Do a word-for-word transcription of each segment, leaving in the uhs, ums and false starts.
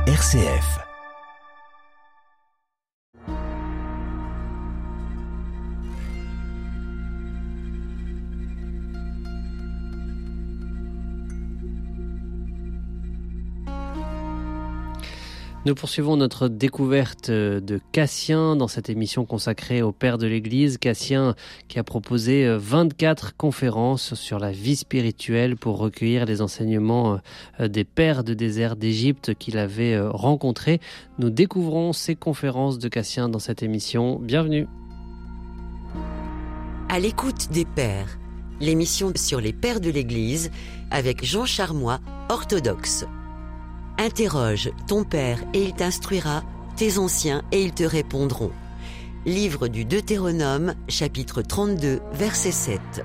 R C F. Nous poursuivons notre découverte de Cassien dans cette émission consacrée au Père de l'Église. Cassien qui a proposé vingt-quatre conférences sur la vie spirituelle pour recueillir les enseignements des pères de désert d'Égypte qu'il avait rencontrés. Nous découvrons ces conférences de Cassien dans cette émission. Bienvenue. À l'écoute des pères, l'émission sur les pères de l'Église avec Jean Charmois, orthodoxe. Interroge ton père et il t'instruira, tes anciens et ils te répondront. Livre du Deutéronome, chapitre trente-deux, verset sept.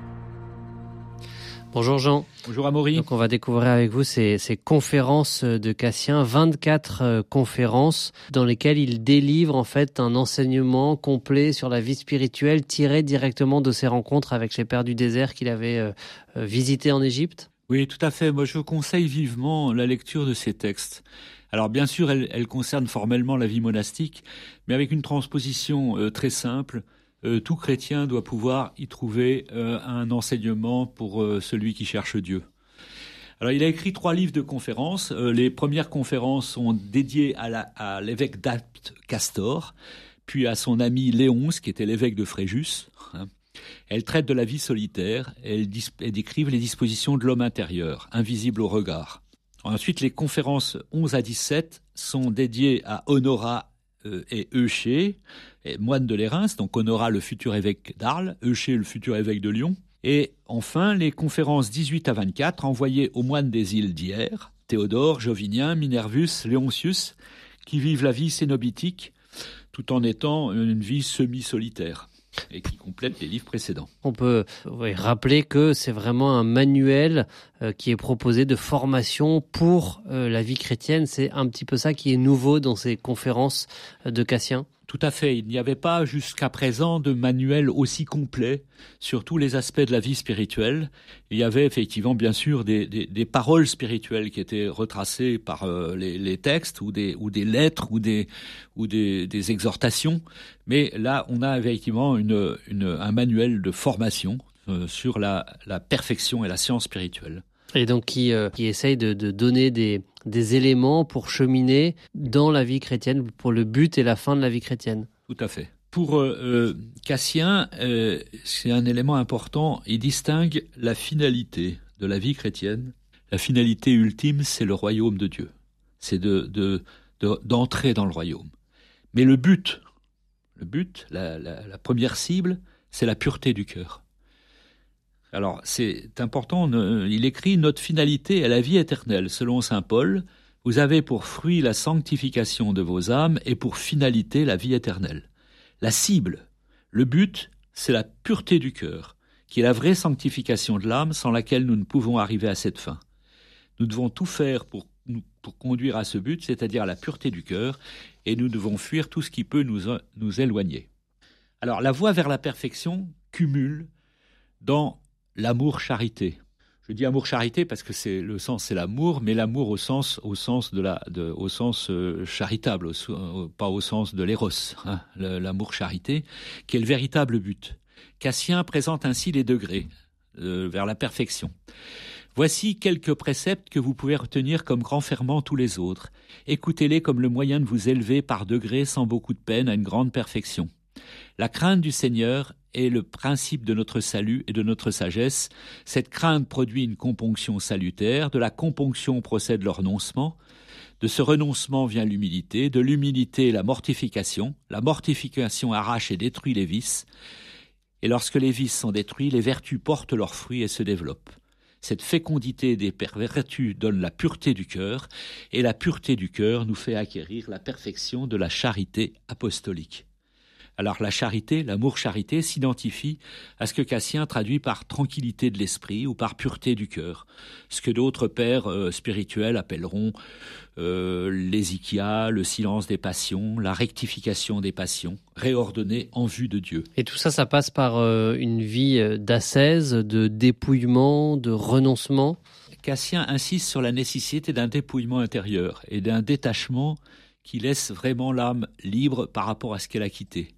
Bonjour Jean. Bonjour Amaury. Donc on va découvrir avec vous ces, ces conférences de Cassien, vingt-quatre euh, conférences dans lesquelles il délivre en fait un enseignement complet sur la vie spirituelle tiré directement de ses rencontres avec les pères du désert qu'il avait euh, euh, visités en Égypte. Oui, tout à fait. Moi, je vous conseille vivement la lecture de ces textes. Alors, bien sûr, elle, elle concerne formellement la vie monastique, mais avec une transposition euh, très simple. Euh, tout chrétien doit pouvoir y trouver euh, un enseignement pour euh, celui qui cherche Dieu. Alors, il a écrit trois livres de conférences. Euh, les premières conférences sont dédiées à, la, à l'évêque d'Apt Castor, puis à son ami Léonce, qui était l'évêque de Fréjus, hein. Elles traitent de la vie solitaire, elles, dis- elles décrivent les dispositions de l'homme intérieur, invisible au regard. Ensuite, les conférences onze à dix-sept sont dédiées à Honorat euh, et Euché, et moine de Lérins, donc Honorat le futur évêque d'Arles, Euché le futur évêque de Lyon. Et enfin, les conférences dix-huit à vingt-quatre envoyées aux moines des îles d'hier, Théodore, Jovinien, Minervus, Léontius, qui vivent la vie cénobitique tout en étant une vie semi-solitaire et qui complète les livres précédents. On peut oui, rappeler que c'est vraiment un manuel euh, qui est proposé de formation pour euh, la vie chrétienne. C'est un petit peu ça qui est nouveau dans ces conférences de Cassien. Tout à fait. Il n'y avait pas jusqu'à présent de manuel aussi complet sur tous les aspects de la vie spirituelle. Il y avait effectivement, bien sûr, des, des, des paroles spirituelles qui étaient retracées par euh, les, les textes ou des, ou des lettres ou des, ou des, des exhortations. Mais là, on a effectivement une, une, un manuel de formation euh, sur la, la perfection et la science spirituelle. Et donc qui, euh, qui essaye de, de donner des, des éléments pour cheminer dans la vie chrétienne, pour le but et la fin de la vie chrétienne. Tout à fait. Pour euh, Cassien, euh, c'est un élément important. Il distingue la finalité de la vie chrétienne. La finalité ultime, c'est le royaume de Dieu. C'est de, de, de, d'entrer dans le royaume. Mais le but, le but, la, la, la première cible, c'est la pureté du cœur. Alors, c'est important, il écrit « Notre finalité est la vie éternelle, selon saint Paul. Vous avez pour fruit la sanctification de vos âmes et pour finalité la vie éternelle. » La cible, le but, c'est la pureté du cœur, qui est la vraie sanctification de l'âme sans laquelle nous ne pouvons arriver à cette fin. Nous devons tout faire pour, pour conduire à ce but, c'est-à-dire à la pureté du cœur, et nous devons fuir tout ce qui peut nous, nous éloigner. Alors, la voie vers la perfection cumule dans l'amour-charité. Je dis amour-charité parce que c'est le sens, c'est l'amour, mais l'amour au sens, au sens de la, de, au sens euh, charitable, au, au, pas au sens de l'éros, hein, le, l'amour-charité, qui est le véritable but. Cassien présente ainsi les degrés euh, vers la perfection. Voici quelques préceptes que vous pouvez retenir comme renfermant tous les autres. Écoutez-les comme le moyen de vous élever par degrés sans beaucoup de peine à une grande perfection. La crainte du Seigneur est le principe de notre salut et de notre sagesse. Cette crainte produit une componction salutaire. De la componction procède le renoncement. De ce renoncement vient l'humilité. De l'humilité, la mortification. La mortification arrache et détruit les vices. Et lorsque les vices sont détruits, les vertus portent leurs fruits et se développent. Cette fécondité des vertus donne la pureté du cœur, et la pureté du cœur nous fait acquérir la perfection de la charité apostolique. Alors la charité, l'amour-charité, s'identifie à ce que Cassien traduit par tranquillité de l'esprit ou par pureté du cœur, ce que d'autres pères euh, spirituels appelleront euh, l'hésychia, le silence des passions, la rectification des passions, réordonnée en vue de Dieu. Et tout ça, ça passe par euh, une vie d'ascèse, de dépouillement, de renoncement. Cassien insiste sur la nécessité d'un dépouillement intérieur et d'un détachement qui laisse vraiment l'âme libre par rapport à ce qu'elle a quitté.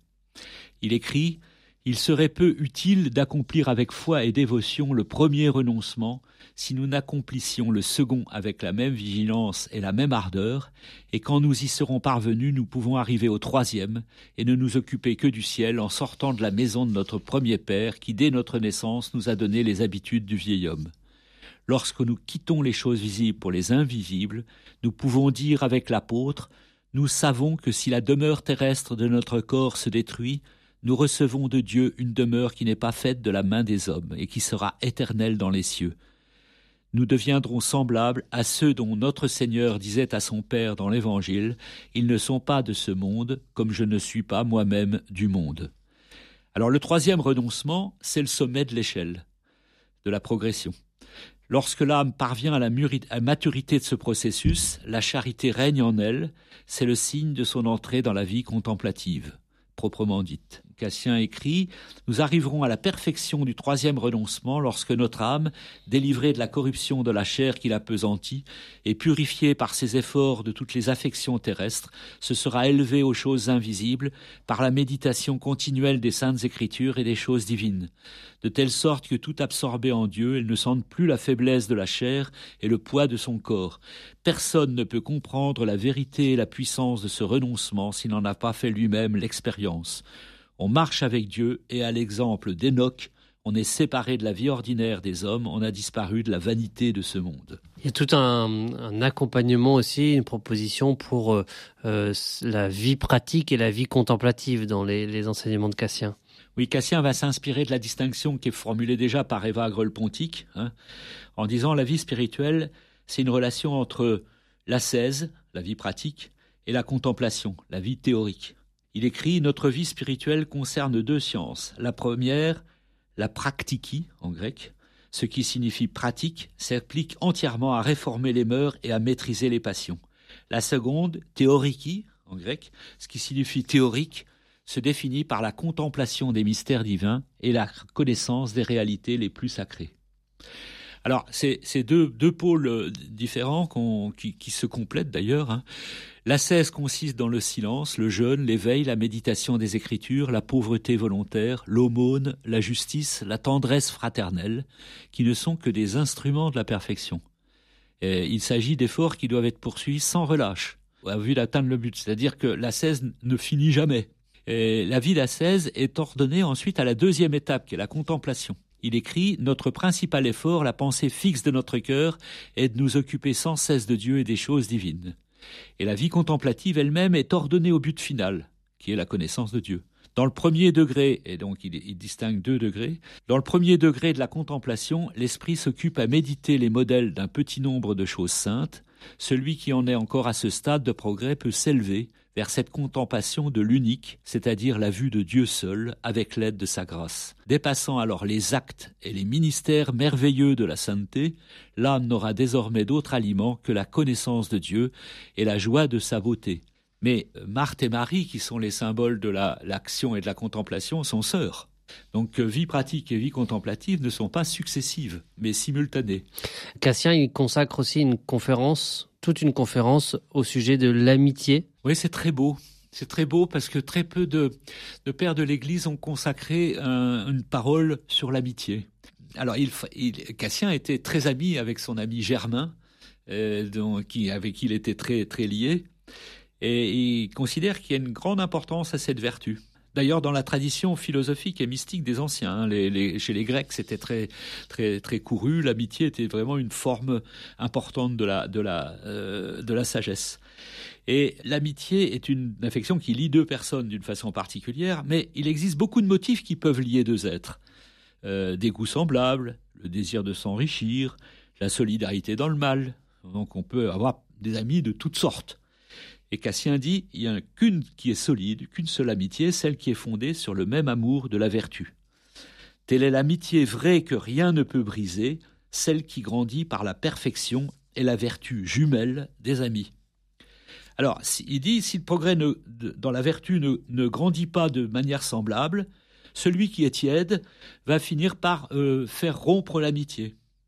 Il écrit « Il serait peu utile d'accomplir avec foi et dévotion le premier renoncement si nous n'accomplissions le second avec la même vigilance et la même ardeur, et quand nous y serons parvenus, nous pouvons arriver au troisième et ne nous occuper que du ciel en sortant de la maison de notre premier père qui, dès notre naissance, nous a donné les habitudes du vieil homme. Lorsque nous quittons les choses visibles pour les invisibles, nous pouvons dire avec l'apôtre « Nous savons que si la demeure terrestre de notre corps se détruit, nous recevons de Dieu une demeure qui n'est pas faite de la main des hommes et qui sera éternelle dans les cieux. Nous deviendrons semblables à ceux dont notre Seigneur disait à son Père dans l'Évangile « Ils ne sont pas de ce monde, comme je ne suis pas moi-même du monde. » Alors le troisième renoncement, c'est le sommet de l'échelle, de la progression. Lorsque l'âme parvient à la maturité de ce processus, la charité règne en elle, c'est le signe de son entrée dans la vie contemplative, proprement dite. Cassien écrit « Nous arriverons à la perfection du troisième renoncement lorsque notre âme, délivrée de la corruption de la chair qui l'appesantit et purifiée par ses efforts de toutes les affections terrestres, se sera élevée aux choses invisibles par la méditation continuelle des saintes écritures et des choses divines, de telle sorte que tout absorbée en Dieu, elle ne sente plus la faiblesse de la chair et le poids de son corps. Personne ne peut comprendre la vérité et la puissance de ce renoncement s'il n'en a pas fait lui-même l'expérience. On marche avec Dieu et à l'exemple d'Enoch, on est séparé de la vie ordinaire des hommes, on a disparu de la vanité de ce monde. Il y a tout un, un accompagnement aussi, une proposition pour euh, la vie pratique et la vie contemplative dans les, les enseignements de Cassien. Oui, Cassien va s'inspirer de la distinction qui est formulée déjà par Évagre le Pontique, hein, en disant la vie spirituelle, c'est une relation entre l'ascèse, la vie pratique, et la contemplation, la vie théorique. Il écrit « Notre vie spirituelle concerne deux sciences. La première, la praktiki, en grec, ce qui signifie pratique, s'applique entièrement à réformer les mœurs et à maîtriser les passions. La seconde, théoriki, en grec, ce qui signifie théorique, se définit par la contemplation des mystères divins et la connaissance des réalités les plus sacrées. » Alors, c'est, c'est deux, deux pôles différents qu'on, qui, qui se complètent d'ailleurs. Hein. L'ascèse consiste dans le silence, le jeûne, l'éveil, la méditation des Écritures, la pauvreté volontaire, l'aumône, la justice, la tendresse fraternelle, qui ne sont que des instruments de la perfection. Et il s'agit d'efforts qui doivent être poursuivis sans relâche, à vue d'atteindre le but. C'est-à-dire que l'ascèse ne finit jamais. Et la vie d'ascèse est ordonnée ensuite à la deuxième étape, qui est la contemplation. Il écrit « Notre principal effort, la pensée fixe de notre cœur, est de nous occuper sans cesse de Dieu et des choses divines. » Et la vie contemplative elle-même est ordonnée au but final, qui est la connaissance de Dieu. Dans le premier degré, et donc il, il distingue deux degrés, dans le premier degré de la contemplation, l'esprit s'occupe à méditer les modèles d'un petit nombre de choses saintes. Celui qui en est encore à ce stade de progrès peut s'élever vers cette contemplation de l'unique, c'est-à-dire la vue de Dieu seul, avec l'aide de sa grâce. Dépassant alors les actes et les ministères merveilleux de la sainteté, l'âme n'aura désormais d'autre aliment que la connaissance de Dieu et la joie de sa beauté. Mais Marthe et Marie, qui sont les symboles de la, l'action et de la contemplation, sont sœurs. Donc vie pratique et vie contemplative ne sont pas successives, mais simultanées. Cassien, il consacre aussi une conférence, toute une conférence au sujet de l'amitié. Oui, c'est très beau. C'est très beau parce que très peu de, de pères de l'Église ont consacré un, une parole sur l'amitié. Alors, il, il, Cassien était très ami avec son ami Germain, euh, donc, qui, avec qui il était très, très lié, et il considère qu'il y a une grande importance à cette vertu. D'ailleurs, dans la tradition philosophique et mystique des anciens, hein, les, les, chez les Grecs, c'était très, très, très couru. L'amitié était vraiment une forme importante de la, de la, euh, de la sagesse. Et l'amitié est une affection qui lie deux personnes d'une façon particulière, mais il existe beaucoup de motifs qui peuvent lier deux êtres. Euh, des goûts semblables, le désir de s'enrichir, la solidarité dans le mal. Donc on peut avoir des amis de toutes sortes. Et Cassien dit, il n'y a qu'une qui est solide, qu'une seule amitié, celle qui est fondée sur le même amour de la vertu. Telle est l'amitié vraie que rien ne peut briser, celle qui grandit par la perfection et la vertu jumelle des amis. Alors, il dit, si le progrès ne, de, dans la vertu ne, ne grandit pas de manière semblable, celui qui est tiède va finir par euh, faire rompre l'amitié.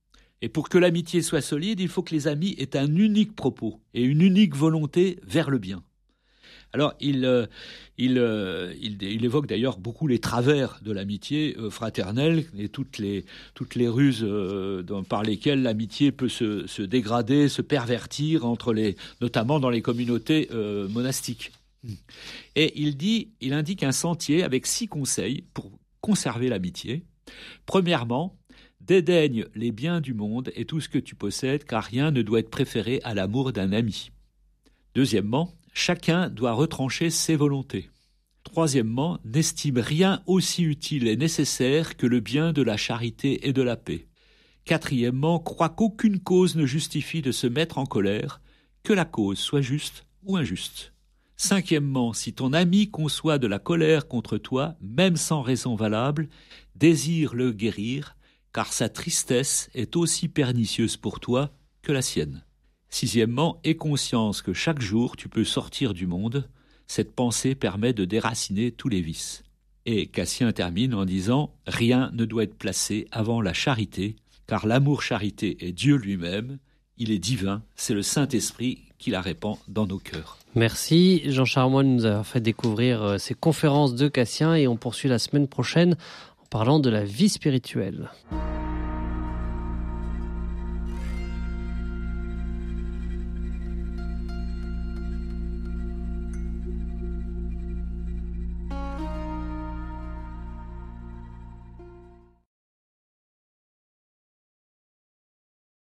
Et pour que l'amitié soit solide, il faut que les amis aient un unique propos et une unique volonté vers le bien. Alors, il, euh, il, euh, il, il évoque d'ailleurs beaucoup les travers de l'amitié euh, fraternelle et toutes les, toutes les ruses euh, dans, par lesquelles l'amitié peut se, se dégrader, se pervertir, entre les, notamment dans les communautés euh, monastiques. Et il dit, il indique un sentier avec six conseils pour conserver l'amitié. Premièrement, dédaigne les biens du monde et tout ce que tu possèdes, car rien ne doit être préféré à l'amour d'un ami. Deuxièmement, chacun doit retrancher ses volontés. Troisièmement, n'estime rien aussi utile et nécessaire que le bien de la charité et de la paix. Quatrièmement, croit qu'aucune cause ne justifie de se mettre en colère, que la cause soit juste ou injuste. Cinquièmement, si ton ami conçoit de la colère contre toi, même sans raison valable, désire le guérir, car sa tristesse est aussi pernicieuse pour toi que la sienne. Sixièmement, aie conscience que chaque jour tu peux sortir du monde. Cette pensée permet de déraciner tous les vices. Et Cassien termine en disant « Rien ne doit être placé avant la charité, car l'amour-charité est Dieu lui-même, il est divin, c'est le Saint-Esprit qui la répand dans nos cœurs. » Merci Jean Charmois de nous avoir fait découvrir ces conférences de Cassien et on poursuit la semaine prochaine en parlant de la vie spirituelle.